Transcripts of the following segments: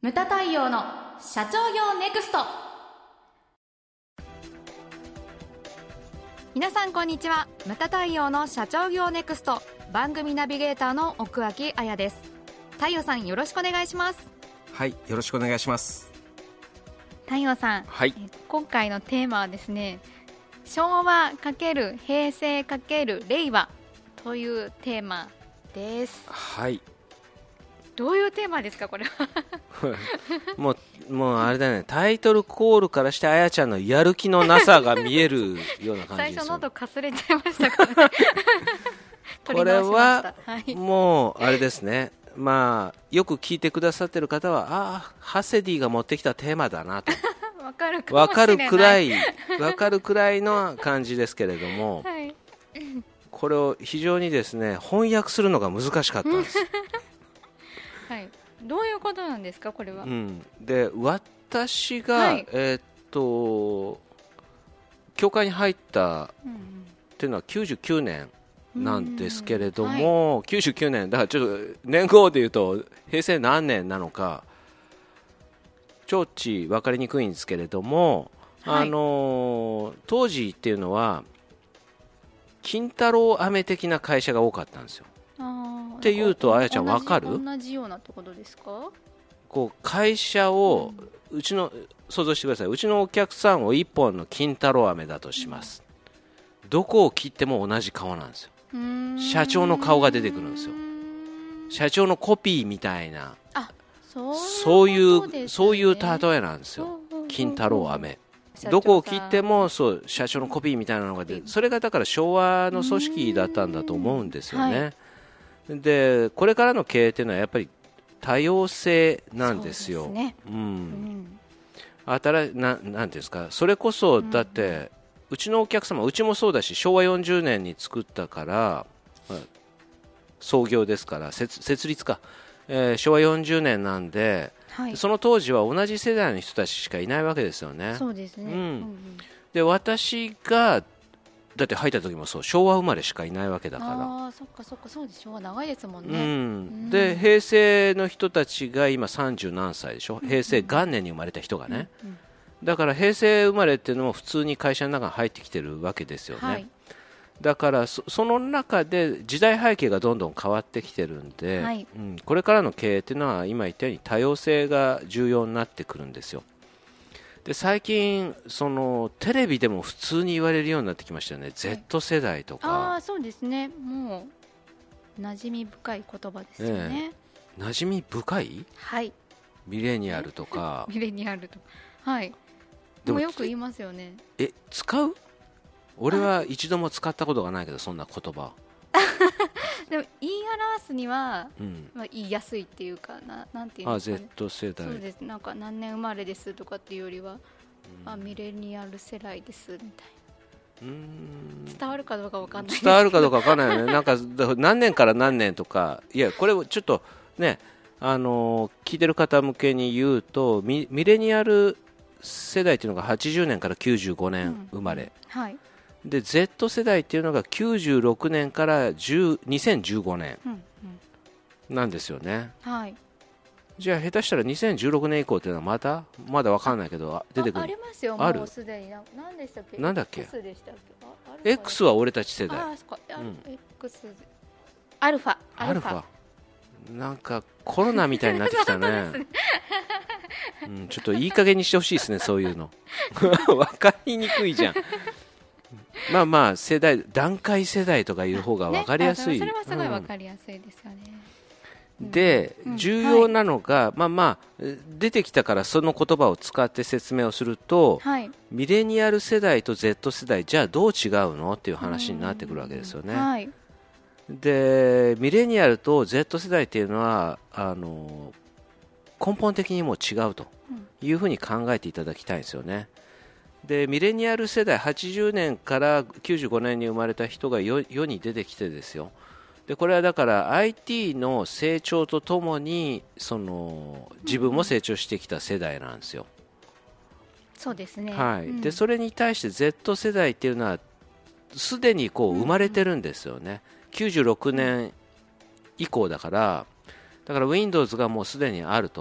ムタ太陽の社長業ネクスト。皆さんこんにちは。ムタ太陽の社長業ネクスト番組ナビゲーターの奥脇彩です。太陽さん、よろしくお願いします。 はい、よろしくお願いします。 太陽さん、 はい、 今回のテーマはですね、昭和×平成×令和というテーマです。 はい。 どういうテーマですか、これは。 もうあれだね、タイトルコールからしてあやちゃんのやる気のなさが見えるような感じですよ。 最初喉かすれちゃいましたからね。 これはもうあれですね、まあよく聞いてくださってる方は、ハセディが持ってきたテーマだなとわかるくらいの感じですけれども、はい、これを非常にですね翻訳するのが難しかったんです。 はい、どういうことなんですか、これは。 で、私が、教会に入ったっていうのは99年なんですけれども、99年だからちょっと年号でいうと平成何年なのかちょっち分かりにくいんですけれども、当時っていうのは金太郎飴的な会社が多かったんですよ。っていうと、あやちゃん分かる？ 同じようなところですか？ こう会社を、想像してください。うちのお客さんを1本の金太郎飴だとします。どこを切っても同じ顔なんですよ。社長の顔が出てくるんですよ。社長のコピーみたいな、そういう例えなんですよ。金太郎飴、どこを切ってもそう社長のコピーみたいなのが出て、それがだから昭和の組織だったんだと思うんですよね。で、これからの経営というのはやっぱり多様性なんですよ。なんていうんですか、それこそだって、うちのお客様、うちもそうだし、昭和40年に作ったから、創業ですから設立か、昭和40年なんで、その当時は同じ世代の人たちしかいないわけですよね。 そうですね。 で、私がだって入った時もそう、昭和生まれしかいないわけだから。 そっかそうです。昭和長いですもんね。 で、平成の人たちが今30何歳でしょ。平成元年に生まれた人がね。だから平成生まれっていうのも普通に会社の中に入ってきてるわけですよね。だからその中で時代背景がどんどん変わってきてるんで、これからの経営っていうのは今言ったように多様性が重要になってくるんですよ。で、最近テレビでも普通に言われるようになってきましたよね。Z 世代とか。 そうですね。もう馴染み深い言葉ですよね。 馴染み深い？ はい。 ミレニアルとか。 ミレニアルとか。はい。でもよく言いますよね。 使う？俺は一度も使ったことがないけど、そんな言葉。 でも言い表すには、言いやすいっていうか、なんていうんですかね。 Z 世代。 そうです。なんか何年生まれですとかっていうよりは、ミレニアル世代ですみたいな。伝わるかどうかわかんないですけど。 伝わるかどうかわかんないよね。なんか何年から何年とか、いや、これをちょっとね、聞いてる方向けに言うと、ミレニアル世代っていうのが80年から95年生まれ。で Z 世代っていうのが96年から2015年なんですよね。じゃあ下手したら2016年以降っていうのはまだ分かんないけど出てくる。 ありますよ。もうすでに。何でしたっけ？ なんだっけ？ X でしたっけ？ X は俺たち世代。 X、アルファ。 なんかコロナみたいになってきたね。ちょっといい加減にしてほしいですね、そういうの。分かりにくいじゃん。まあ世代、段階世代とかいう方が分かりやすい。 それはすごい分かりやすいですよね。 で、重要なのが、出てきたからその言葉を使って説明をすると、ミレニアル世代と Z 世代、じゃあどう違うのっていう話になってくるわけですよね。で、ミレニアルと Z 世代っていうのは根本的にも違うというふうに考えていただきたいんですよね。で、ミレニアル世代、80年から95年に生まれた人が世に出てきてですよ。で、これはだから IT の成長とともに自分も成長してきた世代なんですよ。 そうですね。 で、それに対して Z 世代っていうのはすでにこう生まれてるんですよね。96年以降だから Windows がもうすでにあると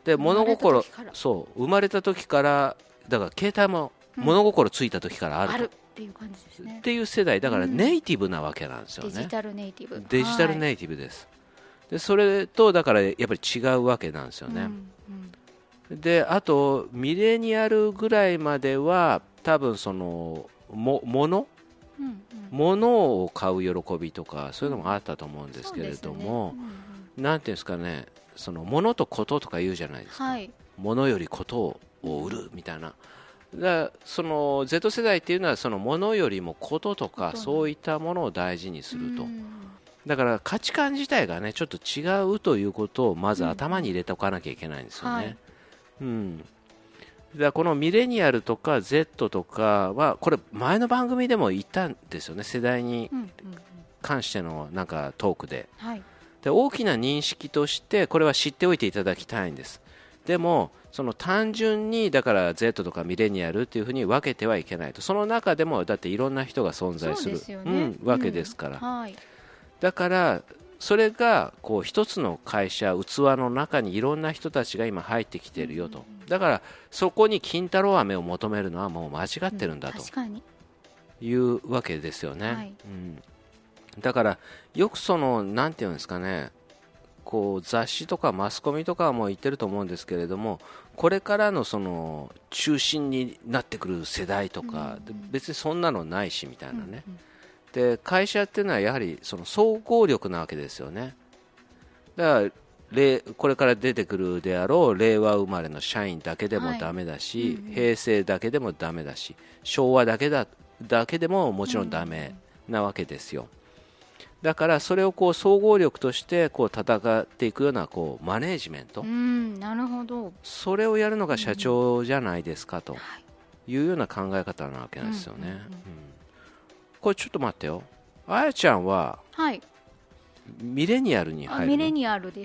で物心そう生まれた時からだから携帯も物心ついた時からあるっていう感じですね。 っていう世代だからネイティブなわけなんですよね。 デジタルネイティブ。 デジタルネイティブです。でそれとだからやっぱり違うわけなんですよね。であとミレニアルぐらいまでは多分その物を買う喜びとかそういうのもあったと思うんですけれども、なんていうんですかね、その物とこととか言うじゃないですか、物よりことを売るみたいな。だその Z 世代っていうのはその物よりもこととかそういったものを大事にすると。だから価値観自体がねちょっと違うということをまず頭に入れておかなきゃいけないんですよね。だからこのミレニアルとか Z とかはこれ前の番組でも言ったんですよね、世代に関してのなんかトークで。で大きな認識としてこれは知っておいていただきたいんです。でもその単純にだから Z とかミレニアルっていうふうに分けてはいけないと。その中でもだっていろんな人が存在するわけですから、だからそれがこう一つの会社器の中にいろんな人たちが今入ってきているよと。だからそこに金太郎飴を求めるのはもう間違ってるんだというわけですよね。だからよくそのなんていうんですかね、こう雑誌とかマスコミとかも言ってると思うんですけれども、これからのその中心になってくる世代とか、別にそんなのないしみたいなね。で会社っていうのはやはりその総合力なわけですよね。だからこれから出てくるであろう令和生まれの社員だけでもダメだし、平成だけでもダメだし、昭和だけでももちろんダメなわけですよ。だからそれをこう総合力としてこう戦っていくようなこうマネージメント、 なるほど、 それをやるのが社長じゃないですかというような考え方なわけなんですよね。これちょっと待ってよ、あやちゃんはミレニアルに入るの？ ミレニアルです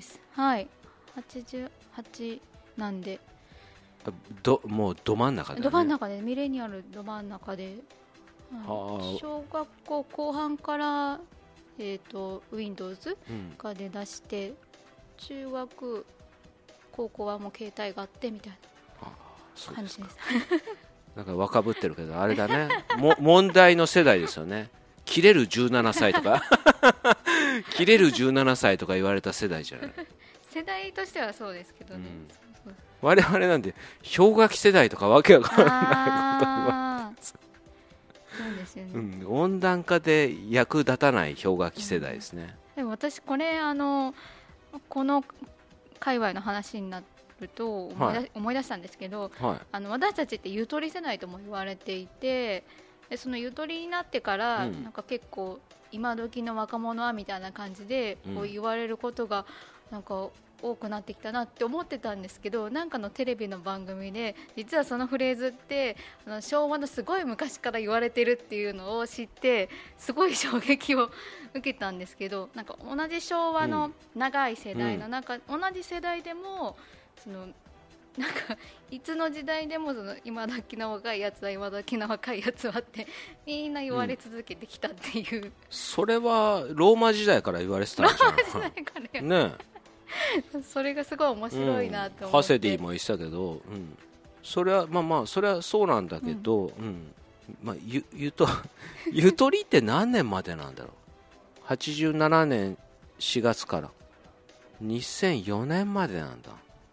。88なんでもうど真ん中で、ね、 ど真ん中でミレニアルど真ん中で、小学校後半からWindows が出だして、中学高校はもう携帯があってみたいな感じです。 なんか若ぶってるけどあれだね問題の世代ですよね。切れる17歳とか切れる17歳とか言われた世代じゃない。 世代としてはそうですけどね、 我々なんて氷河期世代とかわけわからないこと言われてます。 そうですよね、 温暖化で役立たない氷河期世代ですね。 でも私これこの界隈の話になると思い出したんですけど、私たちってゆとり世代とも言われていて、でそのゆとりになってから、なんか結構今時の若者はみたいな感じでこう言われることがなんか多くなってきたなって思ってたんですけど、なんかのテレビの番組で実はそのフレーズって昭和のすごい昔から言われてるっていうのを知ってすごい衝撃を受けたんですけど、なんか同じ昭和の長い世代の中、同じ世代でもそのなんかいつの時代でもその今時の若いやつは今時の若いやつはってみんな言われ続けてきたっていう、 それはローマ時代から言われてたんじゃないかなね。 それがすごい面白いなと思って、 ハセディも言ってたけど、それはそれはそうなんだけど、ゆとりって何年までなんだろう。87年4月から2004年までなんだ。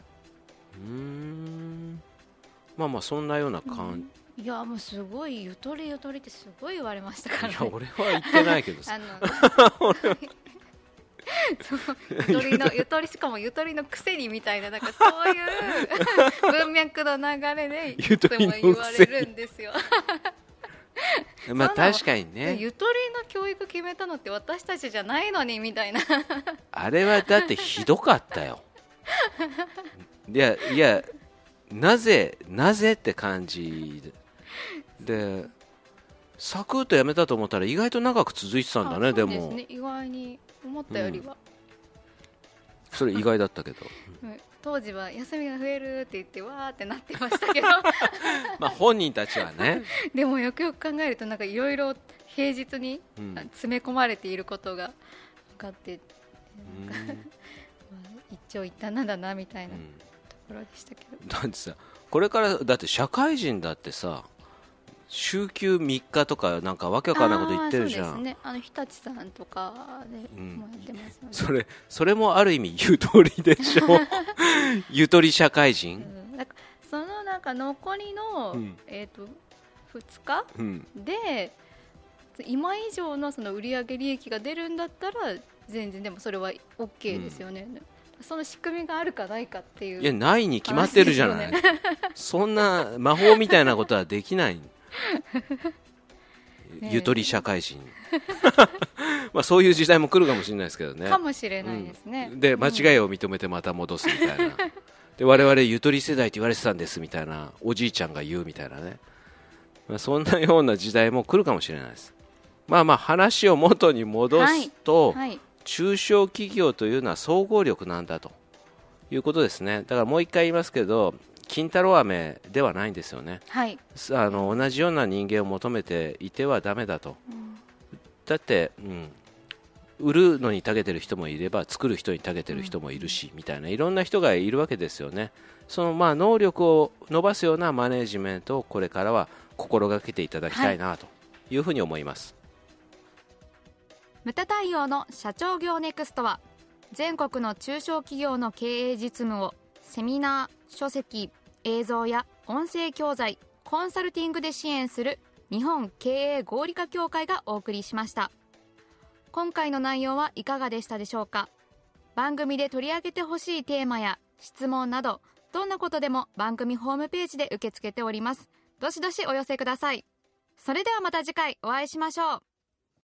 そんなような感じ、 いやもうすごいゆとりってすごい言われましたからね。 いや俺は言ってないけどさゆとりしかもゆとりのくせにみたいな、なんかそういう文脈の流れでいつも言われるんですよ確かにね、 ゆとりの教育決めたのって私たちじゃないのにみたいなあれはだってひどかったよいやなぜって感じでサクッとやめたと思ったら意外と長く続いてたんだね。でもそうですね、意外に思ったよりは、 それ意外だったけど当時は休みが増えるって言ってわーってなってましたけど本人たちはねでもよくよく考えるとなんかいろいろ平日に詰め込まれていることが分かって、一長一短なんだなみたいなとこころでしたけど。 だってさ、これからだって社会人だってさ、週休3日とかなんかわけわかんないこと言ってるじゃん。 そうですね、日立さんとかでもやってますよね、 それもある意味ゆとりでしょゆとり社会人、 だからそのなんか残りの、2日、で今以上のその売上利益が出るんだったら全然でもそれは OK ですよね、その仕組みがあるかないかっていう。 いや、ないに決まってるじゃない、そんな魔法みたいなことはできないゆとり社会人まあそういう時代も来るかもしれないですけどね。 かもしれないですね、 で間違いを認めてまた戻すみたいな、で我々ゆとり世代って言われてたんですみたいな、おじいちゃんが言うみたいなね、そんなような時代も来るかもしれないです。まあ話を元に戻すと、中小企業というのは総合力なんだということですね。だからもう一回言いますけど、金太郎飴ではないんですよね、同じような人間を求めていてはダメだと、だって、売るのに長けてる人もいれば作る人に長けてる人もいるし、みたいないろんな人がいるわけですよね。その能力を伸ばすようなマネジメントをこれからは心がけていただきたいなというふうに思います。 ムタ太陽の社長業ネクストは、全国の中小企業の経営実務をセミナー、書籍、映像や音声教材、コンサルティングで支援する日本経営合理化協会がお送りしました。今回の内容はいかがでしたでしょうか。番組で取り上げてほしいテーマや質問など、どんなことでも番組ホームページで受け付けております。どしどしお寄せください。それではまた次回お会いしましょう。